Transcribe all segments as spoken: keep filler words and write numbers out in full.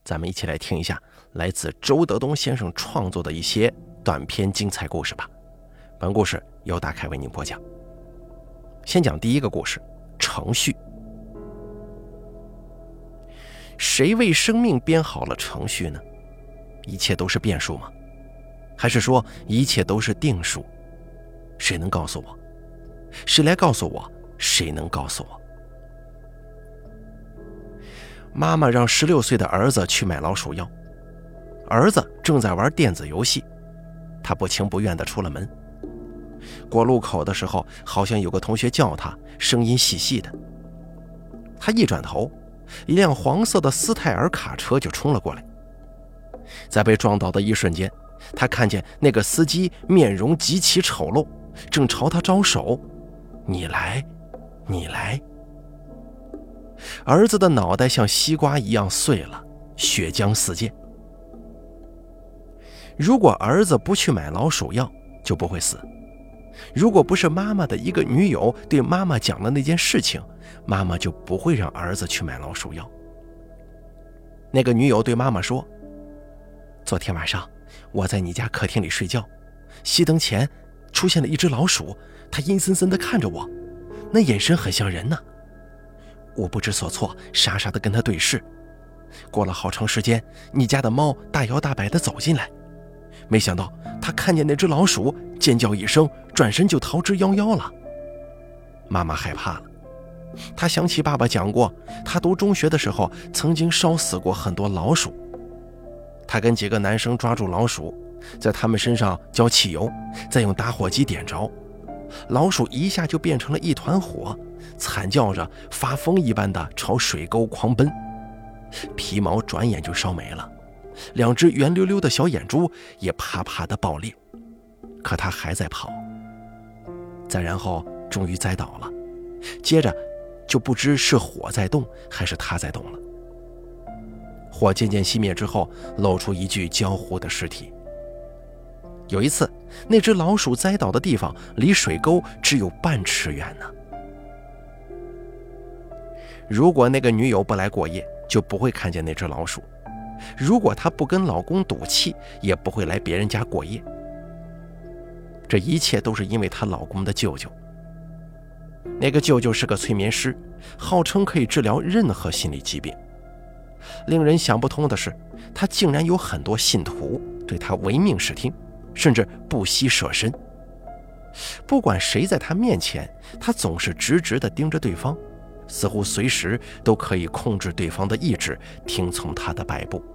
咱们一起来听一下来自周德东先生创作的一些短篇精彩故事吧。本故事由大凯为您播讲。先讲第一个故事，程序。谁为生命编好了程序呢？一切都是变数吗？还是说一切都是定数？谁能告诉我？谁来告诉我？谁能告诉我？妈妈让十六岁的儿子去买老鼠药，儿子正在玩电子游戏，他不情不愿地出了门。过路口的时候，好像有个同学叫他，声音细细的。他一转头，一辆黄色的斯泰尔卡车就冲了过来。在被撞倒的一瞬间，他看见那个司机面容极其丑陋，正朝他招手：“你来，你来。”儿子的脑袋像西瓜一样碎了，血浆四溅。如果儿子不去买老鼠药，就不会死。如果不是妈妈的一个女友对妈妈讲了那件事情，妈妈就不会让儿子去买老鼠药。那个女友对妈妈说：“昨天晚上我在你家客厅里睡觉，熄灯前出现了一只老鼠，它阴森森地看着我，那眼神很像人呢。我不知所措，傻傻地跟他对视。过了好长时间，你家的猫大摇大摆地走进来，没想到他看见那只老鼠，尖叫一声，转身就逃之夭夭了。”妈妈害怕了，她想起爸爸讲过，他读中学的时候曾经烧死过很多老鼠。他跟几个男生抓住老鼠，在他们身上浇汽油，再用打火机点着，老鼠一下就变成了一团火，惨叫着发疯一般的朝水沟狂奔，皮毛转眼就烧没了，两只圆溜溜的小眼珠也啪啪的爆裂，可他还在跑。再然后终于栽倒了，接着就不知是火在动还是他在动了。火渐渐熄灭之后，露出一具焦糊的尸体。有一次，那只老鼠栽倒的地方离水沟只有半尺远呢。如果那个女友不来过夜，就不会看见那只老鼠；如果她不跟老公赌气，也不会来别人家过夜。这一切都是因为她老公的舅舅。那个舅舅是个催眠师，号称可以治疗任何心理疾病。令人想不通的是，他竟然有很多信徒对他唯命是听，甚至不惜舍身。不管谁在他面前，他总是直直地盯着对方，似乎随时都可以控制对方的意志，听从他的摆布。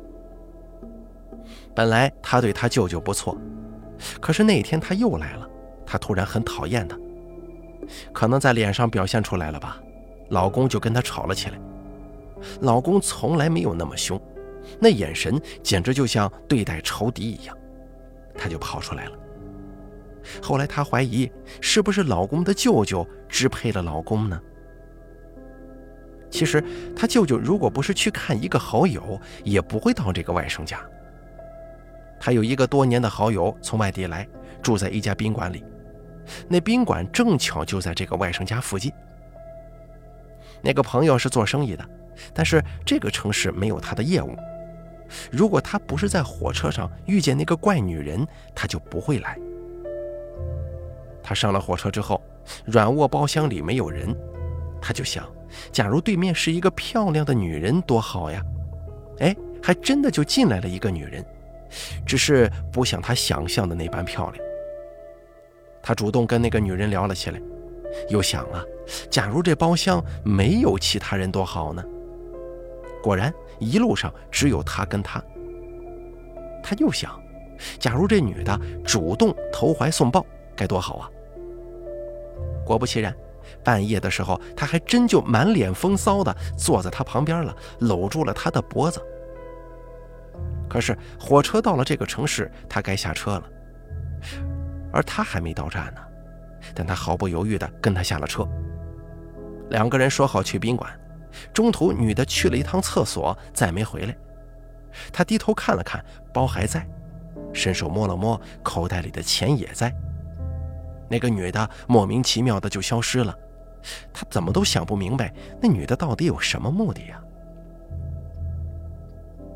本来他对他舅舅不错，可是那天他又来了，他突然很讨厌他，可能在脸上表现出来了吧，老公就跟他吵了起来。老公从来没有那么凶，那眼神简直就像对待仇敌一样，他就跑出来了。后来她怀疑是不是老公的舅舅支配了老公呢？其实他舅舅如果不是去看一个好友，也不会到这个外甥家。他有一个多年的好友从外地来，住在一家宾馆里，那宾馆正巧就在这个外甥家附近。那个朋友是做生意的，但是这个城市没有他的业务。如果他不是在火车上遇见那个怪女人，他就不会来。他上了火车之后，软卧包厢里没有人，他就想，假如对面是一个漂亮的女人多好呀。哎，还真的就进来了一个女人，只是不像他想象的那般漂亮。他主动跟那个女人聊了起来，又想了，假如这包厢没有其他人多好呢？果然一路上只有他跟他。他又想，假如这女的主动投怀送抱该多好啊。果不其然，半夜的时候他还真就满脸风骚的坐在他旁边了，搂住了他的脖子。可是火车到了这个城市，他该下车了，而他还没到站呢，但他毫不犹豫地跟他下了车。两个人说好去宾馆，中途女的去了一趟厕所，再没回来。他低头看了看，包还在，伸手摸了摸口袋里的钱也在。那个女的莫名其妙的就消失了，他怎么都想不明白那女的到底有什么目的呀？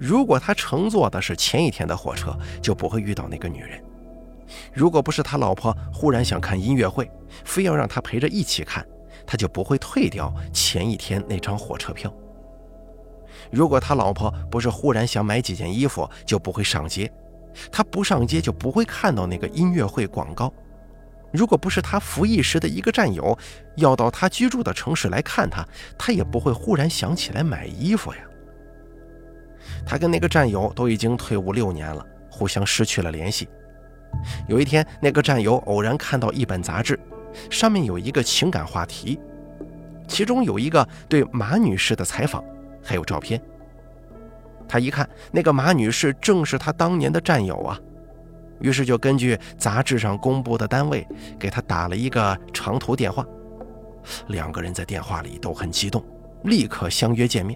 如果他乘坐的是前一天的火车，就不会遇到那个女人。如果不是他老婆忽然想看音乐会，非要让他陪着一起看，他就不会退掉前一天那张火车票。如果他老婆不是忽然想买几件衣服，就不会上街，他不上街就不会看到那个音乐会广告。如果不是他服役时的一个战友要到他居住的城市来看他，他也不会忽然想起来买衣服呀。他跟那个战友都已经退伍六年了，互相失去了联系。有一天，那个战友偶然看到一本杂志，上面有一个情感话题，其中有一个对马女士的采访，还有照片。他一看，那个马女士正是他当年的战友啊，于是就根据杂志上公布的单位给他打了一个长途电话。两个人在电话里都很激动，立刻相约见面。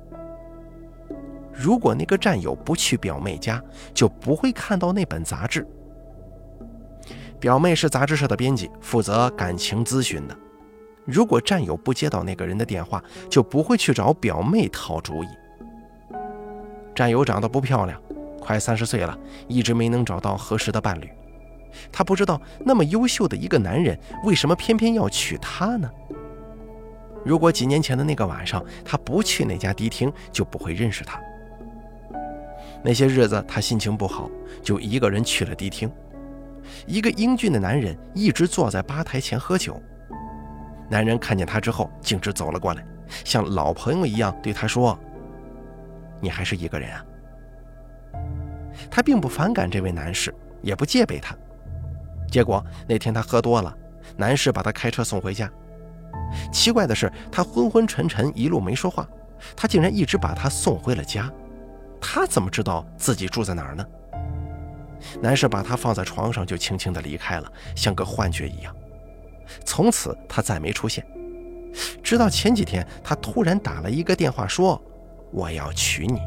如果那个战友不去表妹家，就不会看到那本杂志。表妹是杂志社的编辑，负责感情咨询的。如果战友不接到那个人的电话，就不会去找表妹讨主意。战友长得不漂亮，快三十岁了，一直没能找到合适的伴侣。他不知道那么优秀的一个男人，为什么偏偏要娶她呢？如果几年前的那个晚上，他不去那家迪厅，就不会认识她。那些日子他心情不好，就一个人去了迪厅。一个英俊的男人一直坐在吧台前喝酒。男人看见他之后，径直走了过来，像老朋友一样对他说：“你还是一个人啊？”他并不反感这位男士，也不戒备他。结果那天他喝多了，男士把他开车送回家。奇怪的是，他昏昏沉沉，一路没说话，他竟然一直把他送回了家。他怎么知道自己住在哪儿呢？男士把他放在床上，就轻轻地离开了，像个幻觉一样。从此他再没出现，直到前几天，他突然打了一个电话说：“我要娶你。”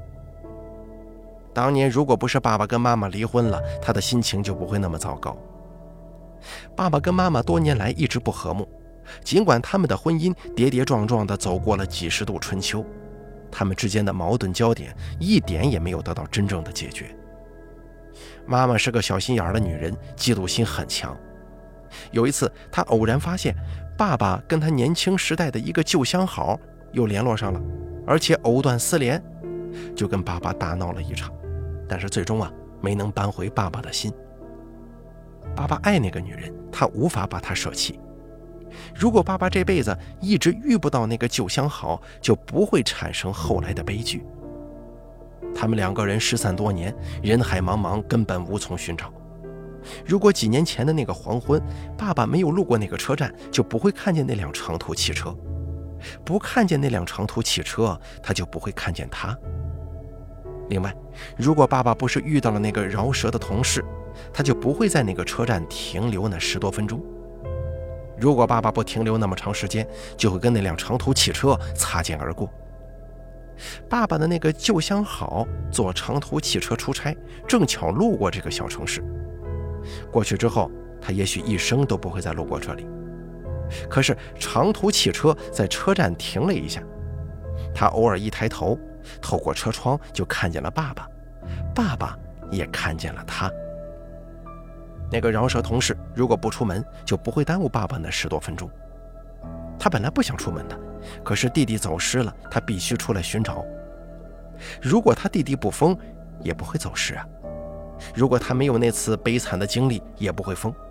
当年如果不是爸爸跟妈妈离婚了，他的心情就不会那么糟糕。爸爸跟妈妈多年来一直不和睦，尽管他们的婚姻跌跌撞撞地走过了几十度春秋，他们之间的矛盾焦点一点也没有得到真正的解决。妈妈是个小心眼的女人，嫉妒心很强。有一次，她偶然发现爸爸跟她年轻时代的一个旧相好又联络上了，而且藕断丝连，就跟爸爸大闹了一场。但是最终啊，没能扳回爸爸的心。爸爸爱那个女人，他无法把她舍弃。如果爸爸这辈子一直遇不到那个旧相好，就不会产生后来的悲剧。他们两个人失散多年，人海茫茫，根本无从寻找。如果几年前的那个黄昏，爸爸没有路过那个车站，就不会看见那辆长途汽车。不看见那辆长途汽车，他就不会看见他。另外，如果爸爸不是遇到了那个饶舌的同事，他就不会在那个车站停留那十多分钟。如果爸爸不停留那么长时间，就会跟那辆长途汽车擦肩而过。爸爸的那个旧相好坐长途汽车出差，正巧路过这个小城市。过去之后，他也许一生都不会再路过这里。可是长途汽车在车站停了一下，他偶尔一抬头，透过车窗就看见了爸爸，爸爸也看见了他。那个饶舌同事如果不出门，就不会耽误爸爸那十多分钟。他本来不想出门的，可是弟弟走失了，他必须出来寻找。如果他弟弟不疯，也不会走失啊。如果他没有那次悲惨的经历，也不会疯。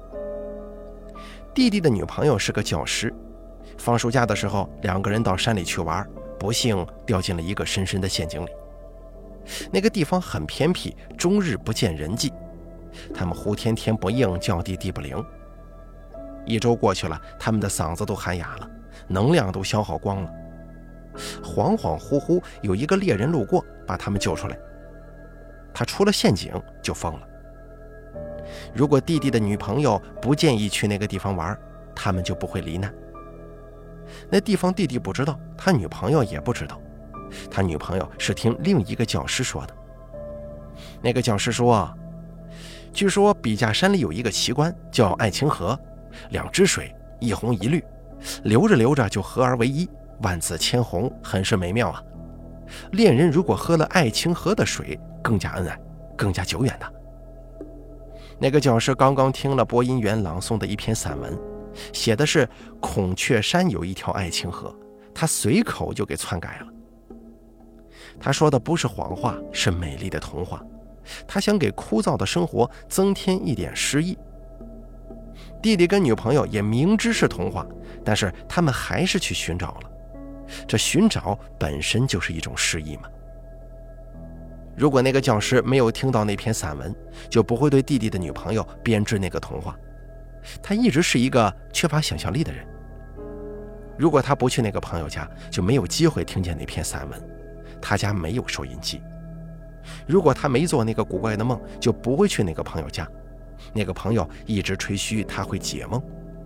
弟弟的女朋友是个教师，放暑假的时候，两个人到山里去玩，不幸掉进了一个深深的陷阱里。那个地方很偏僻，终日不见人迹，他们呼天天不应，叫地地不灵。一周过去了，他们的嗓子都喊哑了，能量都消耗光了。恍恍惚惚有一个猎人路过，把他们救出来。他出了陷阱就疯了。如果弟弟的女朋友不建议去那个地方玩，他们就不会罹难。那地方弟弟不知道，他女朋友也不知道，他女朋友是听另一个教师说的。那个教师说，据说笔架山里有一个奇观叫爱情河，两只水，一红一绿，流着流着就合而为一，万紫千红，很是美妙啊。 恋人如果喝了爱琴河的水，更加恩爱，更加久远的。那个教师刚刚听了播音员朗诵的一篇散文，写的是孔雀山有一条爱琴河，他随口就给篡改了。他说的不是谎话，是美丽的童话。他想给枯燥的生活增添一点诗意。弟弟跟女朋友也明知是童话，但是他们还是去寻找了。这寻找本身就是一种诗意嘛。如果那个教师没有听到那篇散文，就不会对弟弟的女朋友编织那个童话。他一直是一个缺乏想象力的人。如果他不去那个朋友家，就没有机会听见那篇散文。他家没有收音机。如果他没做那个古怪的梦，就不会去那个朋友家。那个朋友一直吹嘘他会解梦。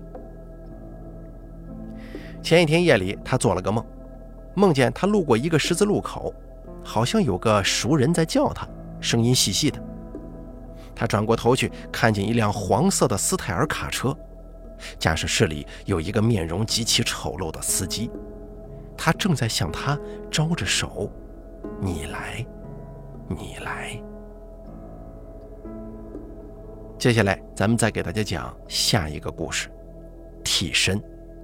前一天夜里，他做了个梦，梦见他路过一个十字路口，好像有个熟人在叫他，声音细细的。他转过头去，看见一辆黄色的斯泰尔卡车，驾驶室里有一个面容极其丑陋的司机，他正在向他招着手，你来，你来。接下来咱们再给大家讲下一个故事，替身。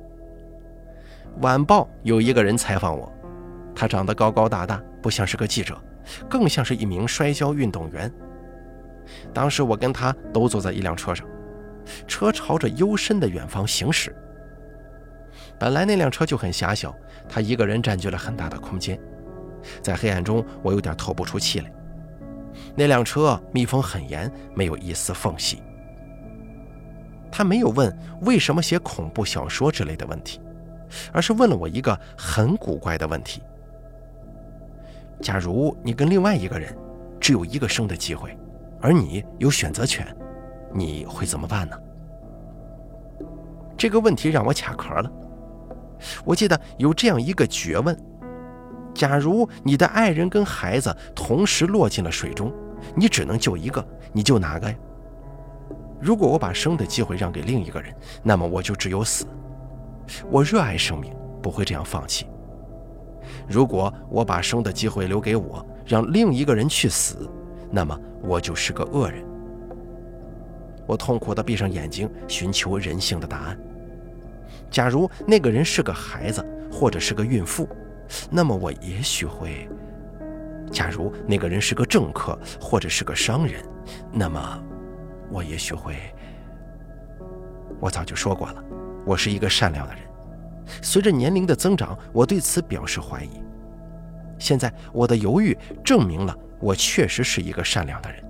晚报有一个人采访我，他长得高高大大，不像是个记者，更像是一名摔跤运动员。当时我跟他都坐在一辆车上，车朝着幽深的远方行驶。本来那辆车就很狭小，他一个人占据了很大的空间，在黑暗中我有点透不出气来。那辆车密封很严，没有一丝缝隙。他没有问为什么写恐怖小说之类的问题，而是问了我一个很古怪的问题：假如你跟另外一个人只有一个生的机会，而你有选择权，你会怎么办呢？这个问题让我卡壳了。我记得有这样一个诘问：假如你的爱人跟孩子同时落进了水中，你只能救一个，你救哪个呀？如果我把生的机会让给另一个人，那么我就只有死。我热爱生命，不会这样放弃。如果我把生的机会留给我，让另一个人去死，那么我就是个恶人。我痛苦地闭上眼睛，寻求人性的答案。假如那个人是个孩子，或者是个孕妇，那么我也许会……假如那个人是个政客，或者是个商人，那么我也许会……我早就说过了，我是一个善良的人。随着年龄的增长，我对此表示怀疑。现在我的犹豫证明了我确实是一个善良的人。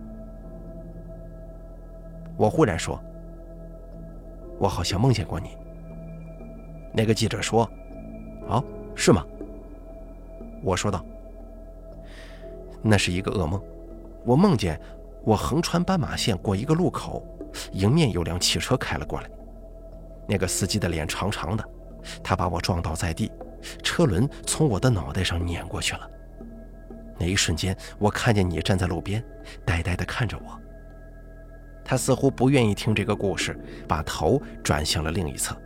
我忽然说：我好像梦见过你。那个记者说：哦，是吗？我说道：那是一个噩梦，我梦见我横穿斑马线过一个路口，迎面有辆汽车开了过来，那个司机的脸长长的，他把我撞倒在地，车轮从我的脑袋上碾过去了。那一瞬间，我看见你站在路边，呆呆地看着我。他似乎不愿意听这个故事，把头转向了另一侧。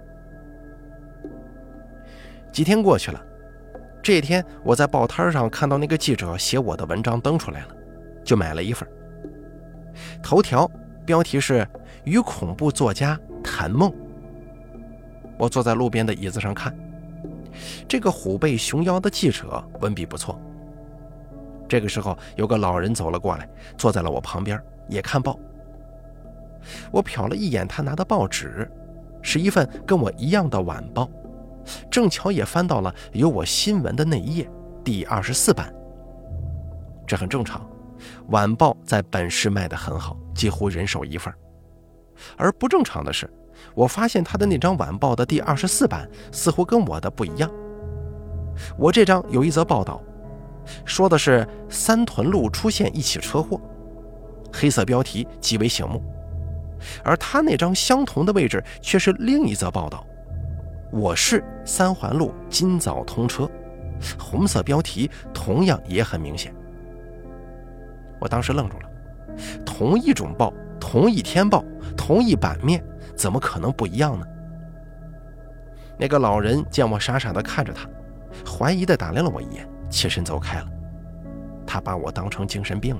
几天过去了，这天我在报摊上看到那个记者写我的文章登出来了，就买了一份。头条标题是与恐怖作家谈梦。我坐在路边的椅子上看，这个虎背熊腰的记者文笔不错。这个时候有个老人走了过来，坐在了我旁边，也看报。我瞟了一眼他拿的报纸，是一份跟我一样的晚报，正巧也翻到了有我新闻的那一页，第二十四版。这很正常，晚报在本市卖得很好，几乎人手一份。而不正常的是，我发现他的那张晚报的第二十四版似乎跟我的不一样。我这张有一则报道，说的是三屯路出现一起车祸，黑色标题极为醒目。而他那张相同的位置却是另一则报道，我市三环路今早通车，红色标题同样也很明显。我当时愣住了，同一种报，同一天报，同一版面，怎么可能不一样呢？那个老人见我傻傻地看着他，怀疑地打量了我一眼，起身走开了。 他把我当成精神病了。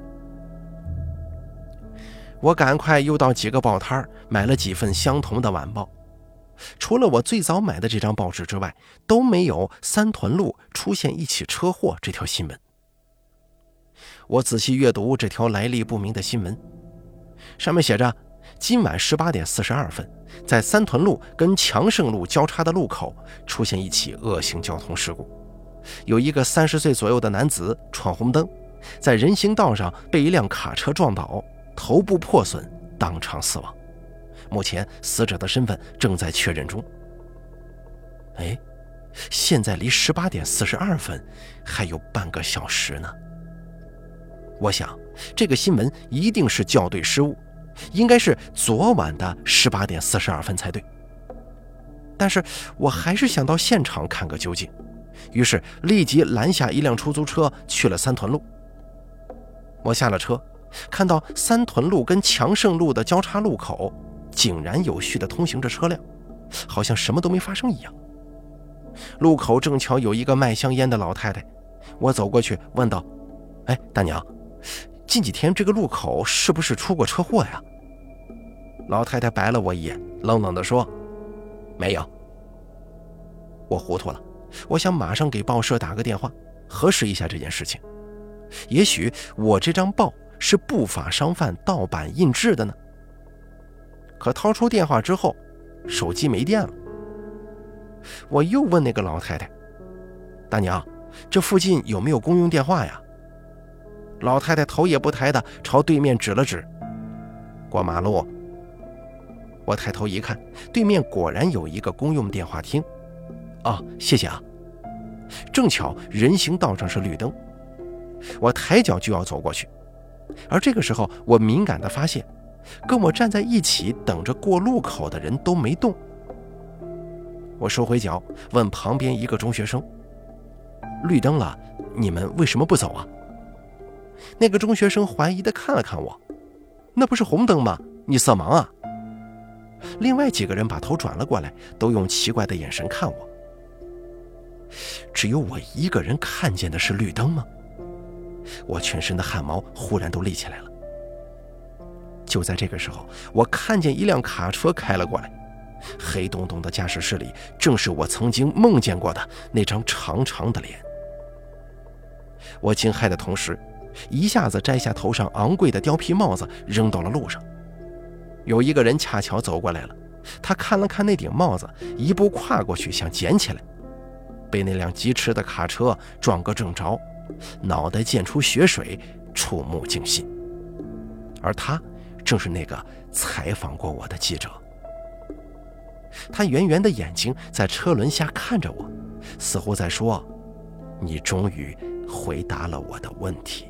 我赶快又到几个报摊买了几份相同的晚报，除了我最早买的这张报纸之外，都没有三屯路出现一起车祸这条新闻。我仔细阅读这条来历不明的新闻，上面写着：今晚十八点四十二分，在三屯路跟强盛路交叉的路口出现一起恶性交通事故，有一个三十岁左右的男子闯红灯，在人行道上被一辆卡车撞倒，头部破损，当场死亡。目前死者的身份正在确认中。哎，现在离十八点四十二分还有半个小时呢。我想这个新闻一定是校对失误，应该是昨晚的十八点四十二分才对。但是我还是想到现场看个究竟，于是立即拦下一辆出租车去了三屯路。我下了车，看到三屯路跟强盛路的交叉路口井然有序地通行着车辆，好像什么都没发生一样。路口正巧有一个卖香烟的老太太，我走过去问道：哎，大娘，近几天这个路口是不是出过车祸呀？老太太白了我一眼，冷冷地说：没有。我糊涂了，我想马上给报社打个电话核实一下这件事情，也许我这张报是不法商贩盗版印制的呢。可掏出电话之后，手机没电了。我又问那个老太太：大娘，这附近有没有公用电话呀？老太太头也不抬地朝对面指了指：过马路。我抬头一看，对面果然有一个公用电话厅。哦，谢谢啊。正巧人行道上是绿灯，我抬脚就要走过去，而这个时候我敏感地发现，跟我站在一起等着过路口的人都没动。我收回脚，问旁边一个中学生：绿灯了，你们为什么不走啊？那个中学生怀疑地看了看我：那不是红灯吗？你色盲啊？另外几个人把头转了过来，都用奇怪的眼神看我。只有我一个人看见的是绿灯吗？我全身的汗毛忽然都立起来了。就在这个时候，我看见一辆卡车开了过来，黑洞洞的驾驶室里正是我曾经梦见过的那张长长的脸。我惊骇的同时，一下子摘下头上昂贵的貂皮帽子扔到了路上。有一个人恰巧走过来了，他看了看那顶帽子，一步跨过去想捡起来，被那辆疾驰的卡车撞个正着，脑袋溅出血水，触目惊心。而他正是那个采访过我的记者。他圆圆的眼睛在车轮下看着我，似乎在说：你终于回答了我的问题。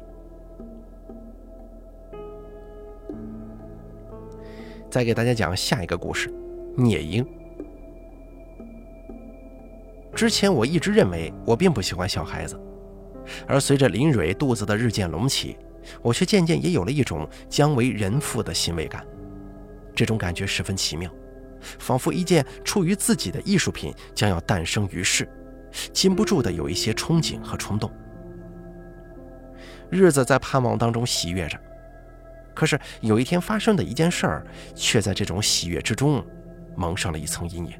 再给大家讲下一个故事，聂英。之前我一直认为我并不喜欢小孩子，而随着林蕊肚子的日渐隆起，我却渐渐也有了一种将为人父的欣慰感。这种感觉十分奇妙，仿佛一件出于自己的艺术品将要诞生于世，禁不住的有一些憧憬和冲动。日子在盼望当中喜悦着，可是有一天发生的一件事儿，却在这种喜悦之中蒙上了一层阴影。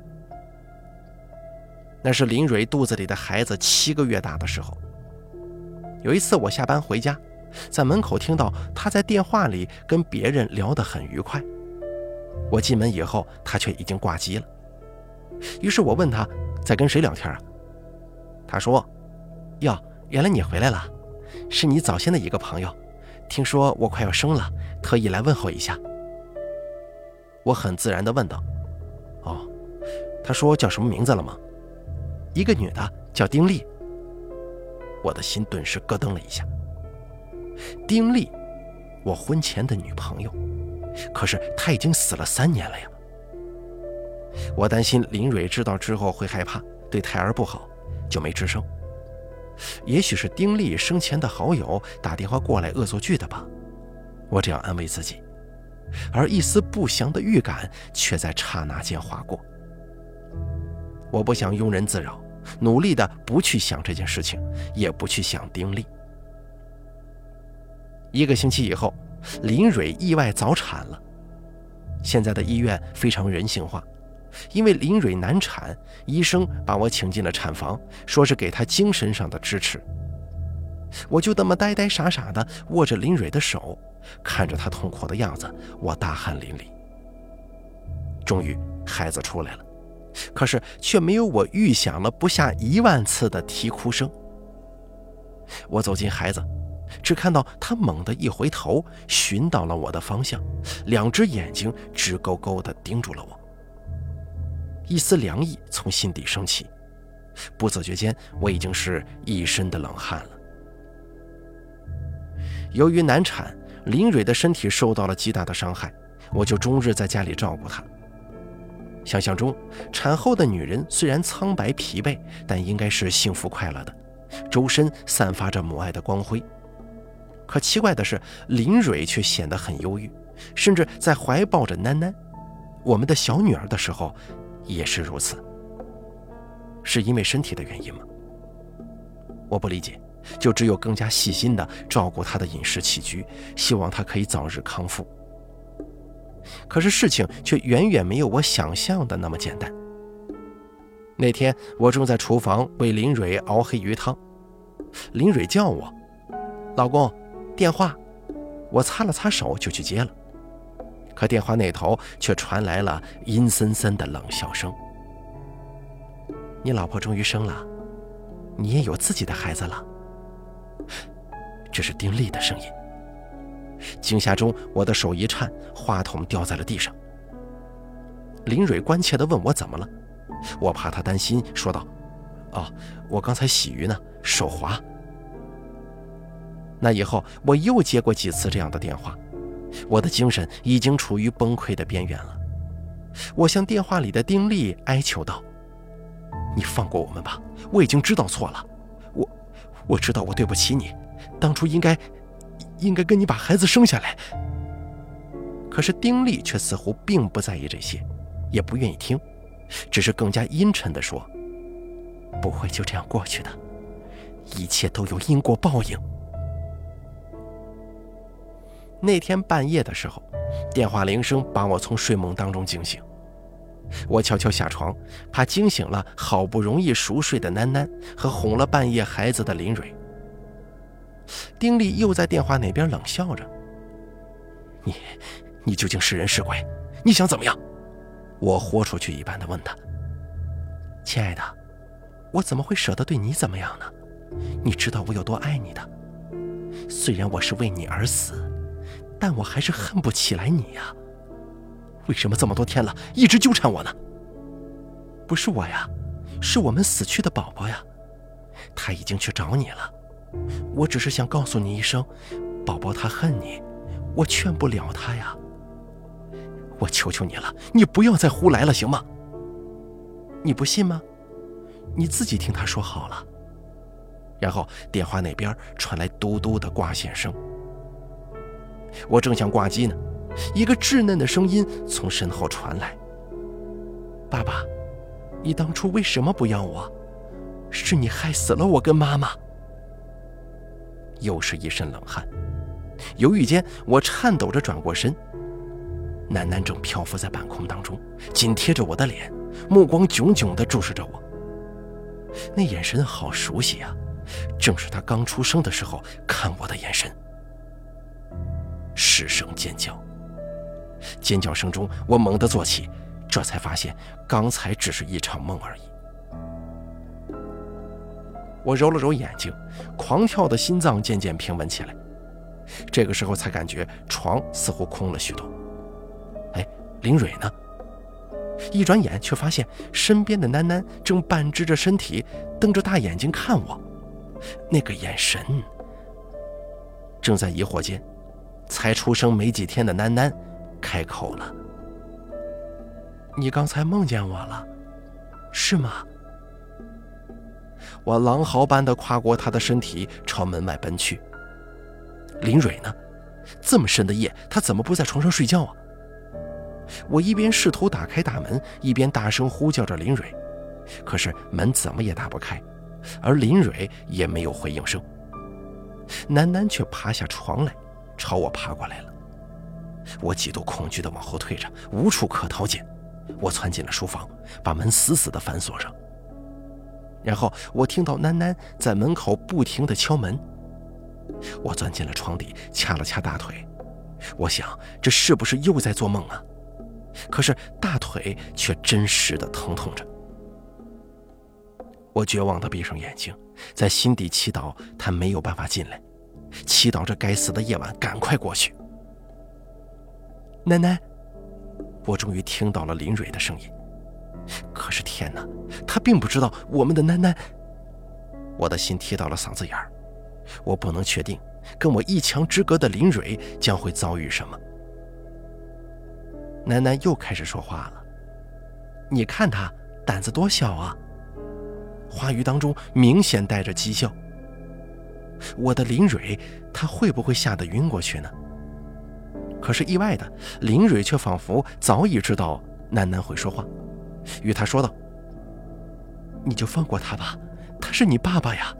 那是林蕊肚子里的孩子七个月大的时候。有一次我下班回家，在门口听到他在电话里跟别人聊得很愉快。我进门以后，他却已经挂机了。于是我问他在跟谁聊天啊？他说：哟，原来你回来了，是你早先的一个朋友，听说我快要生了，特意来问候一下。我很自然地问道：哦，他说叫什么名字了吗？一个女的，叫丁丽。我的心顿时咯噔了一下。丁丽，我婚前的女朋友，可是她已经死了三年了呀。我担心林蕊知道之后会害怕，对胎儿不好，就没吱声。也许是丁丽生前的好友打电话过来恶作剧的吧，我这样安慰自己，而一丝不祥的预感却在刹那间划过。我不想庸人自扰，努力的不去想这件事情，也不去想丁丽。 一个星期以后，林蕊意外早产了。现在的医院非常人性化，因为林蕊难产，医生把我请进了产房，说是给她精神上的支持。我就这么呆呆傻傻地握着林蕊的手，看着她痛苦的样子，我大汗淋漓。终于孩子出来了，可是却没有我预想了不下一万次的啼哭声。我走近孩子，只看到他猛地一回头，寻到了我的方向，两只眼睛直勾勾地盯住了我。一丝凉意从心底升起，不自觉间我已经是一身的冷汗了。由于难产，林蕊的身体受到了极大的伤害，我就终日在家里照顾她。想象中，产后的女人虽然苍白疲惫，但应该是幸福快乐的，周身散发着母爱的光辉。可奇怪的是，林蕊却显得很忧郁，甚至在怀抱着囡囡，我们的小女儿的时候也是如此。是因为身体的原因吗？我不理解，就只有更加细心地照顾她的饮食起居，希望她可以早日康复。可是事情却远远没有我想象的那么简单。那天我正在厨房为林蕊熬黑鱼汤，林蕊叫我：“老公，电话。”我擦了擦手就去接了，可电话那头却传来了阴森森的冷笑声：“你老婆终于生了，你也有自己的孩子了。”这是丁力的声音。惊吓中，我的手一颤，话筒掉在了地上。林蕊关切地问我怎么了，我怕她担心，说道：“哦，我刚才洗鱼呢，手滑。”那以后我又接过几次这样的电话，我的精神已经处于崩溃的边缘了。我向电话里的丁力哀求道：“你放过我们吧，我已经知道错了，我我知道我对不起你，当初应该应该跟你把孩子生下来。”可是丁力却似乎并不在意这些，也不愿意听，只是更加阴沉地说：“不会就这样过去的，一切都有因果报应。”那天半夜的时候，电话铃声把我从睡梦当中惊醒。我悄悄下床，怕惊醒了好不容易熟睡的囡囡和哄了半夜孩子的林蕊。丁力又在电话那边冷笑着：“你你究竟是人是鬼？你想怎么样？”我豁出去一般的问他：“亲爱的，我怎么会舍得对你怎么样呢？你知道我有多爱你的。虽然我是为你而死，但我还是恨不起来你呀。为什么这么多天了一直纠缠我呢？不是我呀，是我们死去的宝宝呀，他已经去找你了。我只是想告诉你一声，宝宝他恨你，我劝不了他呀。我求求你了，你不要再胡来了，行吗？你不信吗？你自己听他说好了。”然后电话那边传来嘟嘟的挂线声。我正想挂机呢，一个稚嫩的声音从身后传来：“爸爸，你当初为什么不要我？是你害死了我跟妈妈。”又是一身冷汗，犹豫间我颤抖着转过身，囡囡正漂浮在半空当中，紧贴着我的脸，目光炯炯地注视着我。那眼神好熟悉啊，正是他刚出生的时候看我的眼神。失声尖叫，尖叫声中我猛地坐起，这才发现刚才只是一场梦而已。我揉了揉眼睛，狂跳的心脏渐渐平稳起来。这个时候才感觉床似乎空了许多。哎，林蕊呢？一转眼却发现身边的囡囡正半支着身体，瞪着大眼睛看我，那个眼神……正在疑惑间，才出生没几天的囡囡开口了：“你刚才梦见我了，是吗？”我狼嚎般地跨过他的身体，朝门外奔去。林蕊呢？这么深的夜，她怎么不在床上睡觉啊？我一边试图打开大门，一边大声呼叫着林蕊，可是门怎么也打不开，而林蕊也没有回应声。囡囡却爬下床来， 朝我爬过来了。我极度恐惧地往后退着，无处可逃间，我窜进了书房，把门死死地反锁上。然后我听到囡囡在门口不停地敲门。我钻进了床底，掐了掐大腿，我想这是不是又在做梦啊？可是大腿却真实地疼痛着。我绝望地闭上眼睛，在心底祈祷他没有办法进来，祈祷这该死的夜晚赶快过去。奶奶，我终于听到了林蕊的声音。可是天哪，他并不知道我们的奶奶。我的心提到了嗓子眼儿，我不能确定跟我一墙之隔的林蕊将会遭遇什么。奶奶又开始说话了，你看他胆子多小啊，话语当中明显带着讥笑。我的林蕊，她会不会吓得晕过去呢？可是意外的，林蕊却仿佛早已知道囡囡会说话，与她说道：你就放过他吧，他是你爸爸呀。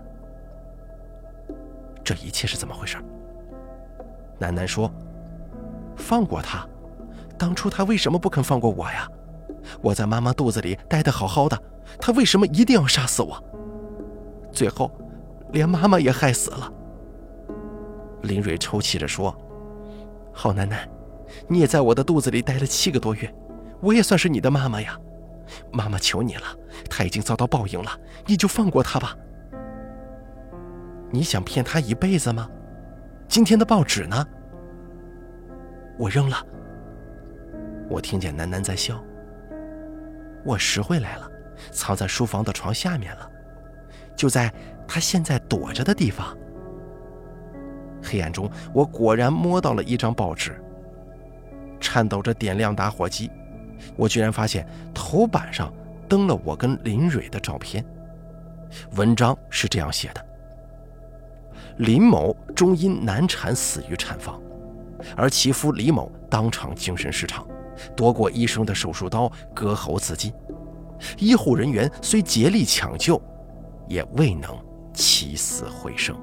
这一切是怎么回事？囡囡说：放过他？当初他为什么不肯放过我呀？我在妈妈肚子里待得好好的，他为什么一定要杀死我？最后连妈妈也害死了。林蕊抽泣着说：好奶奶，你也在我的肚子里待了七个多月，我也算是你的妈妈呀。妈妈求你了，他已经遭到报应了，你就放过他吧。你想骗他一辈子吗？今天的报纸呢？我扔了。我听见囡囡在笑。我拾回来了，藏在书房的床下面了，就在他现在躲着的地方。黑暗中，我果然摸到了一张报纸，颤抖着点亮打火机，我居然发现头版上登了我跟林蕊的照片。文章是这样写的：林某终因难产死于产房，而其夫李某当场精神失常，夺过医生的手术刀，割喉自尽。医护人员虽竭力抢救，也未能起死回生。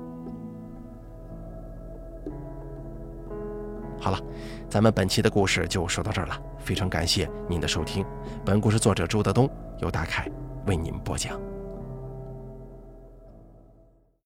好了，咱们本期的故事就说到这儿了，非常感谢您的收听。本故事作者周德东，由大凯为您播讲。